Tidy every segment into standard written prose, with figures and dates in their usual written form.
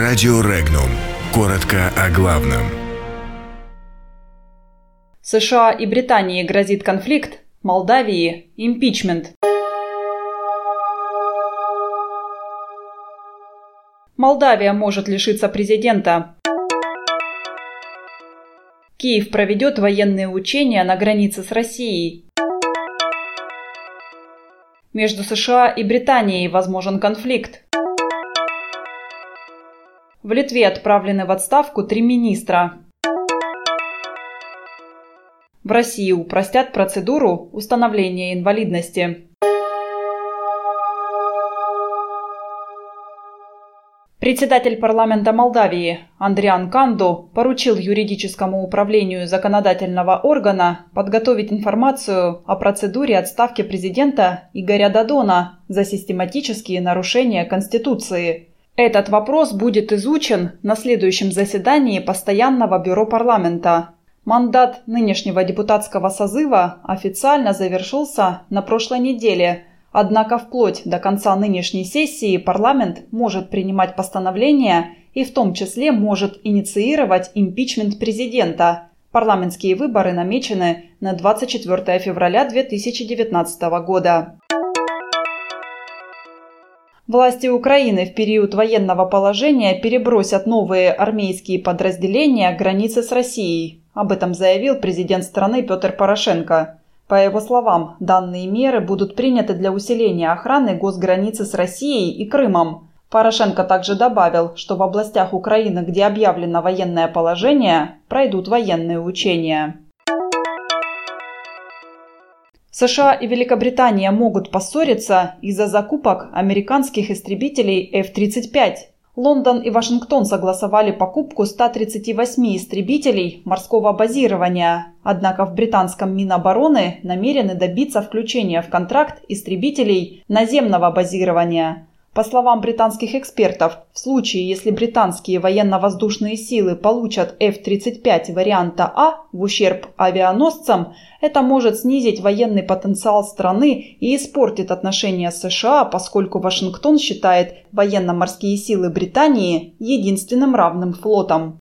Радио Регнум. Коротко о главном. США и Британии грозит конфликт, Молдавии – импичмент. Молдавия может лишиться президента. Киев проведет военные учения на границе с Россией. Между США и Британией возможен конфликт. В Литве отправлены в отставку 3 министра. В России упростят процедуру установления инвалидности. Председатель парламента Молдавии Андриан Канду поручил юридическому управлению законодательного органа подготовить информацию о процедуре отставки президента Игоря Додона за систематические нарушения Конституции. Этот вопрос будет изучен на следующем заседании Постоянного бюро парламента. Мандат нынешнего депутатского созыва официально завершился на прошлой неделе, однако вплоть до конца нынешней сессии парламент может принимать постановления и в том числе может инициировать импичмент президента. Парламентские выборы намечены на 24 февраля 2019 года. Власти Украины в период военного положения перебросят новые армейские подразделения к границе с Россией. Об этом заявил президент страны Петр Порошенко. По его словам, данные меры будут приняты для усиления охраны госграницы с Россией и Крымом. Порошенко также добавил, что в областях Украины, где объявлено военное положение, пройдут военные учения. США и Великобритания могут поссориться из-за закупок американских истребителей F-35. Лондон и Вашингтон согласовали покупку 138 истребителей морского базирования, однако в британском Минобороны намерены добиться включения в контракт истребителей наземного базирования. По словам британских экспертов, в случае, если британские военно-воздушные силы получат F-35 варианта А в ущерб авианосцам, это может снизить военный потенциал страны и испортит отношения с США, поскольку Вашингтон считает военно-морские силы Британии единственным равным флотом.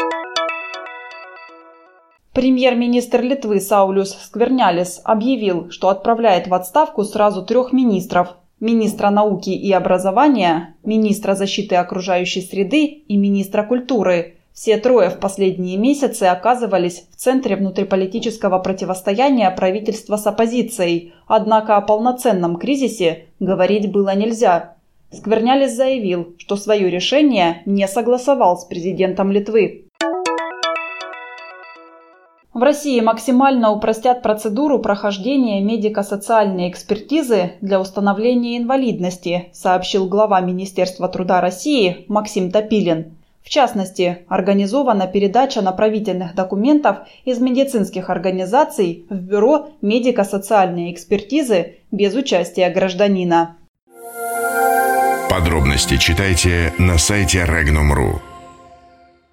Премьер-министр Литвы Сауlius Skvernelis объявил, что отправляет в отставку сразу 3 министров: министра науки и образования, министра защиты окружающей среды и министра культуры. Все 3 в последние месяцы оказывались в центре внутриполитического противостояния правительства с оппозицией, однако о полноценном кризисе говорить было нельзя. Skvernelis заявил, что свое решение не согласовал с президентом Литвы. В России максимально упростят процедуру прохождения медико-социальной экспертизы для установления инвалидности, сообщил глава Министерства труда России Максим Топилин. В частности, организована передача направительных документов из медицинских организаций в Бюро медико-социальной экспертизы без участия гражданина. Подробности читайте на сайте Regnum.ru.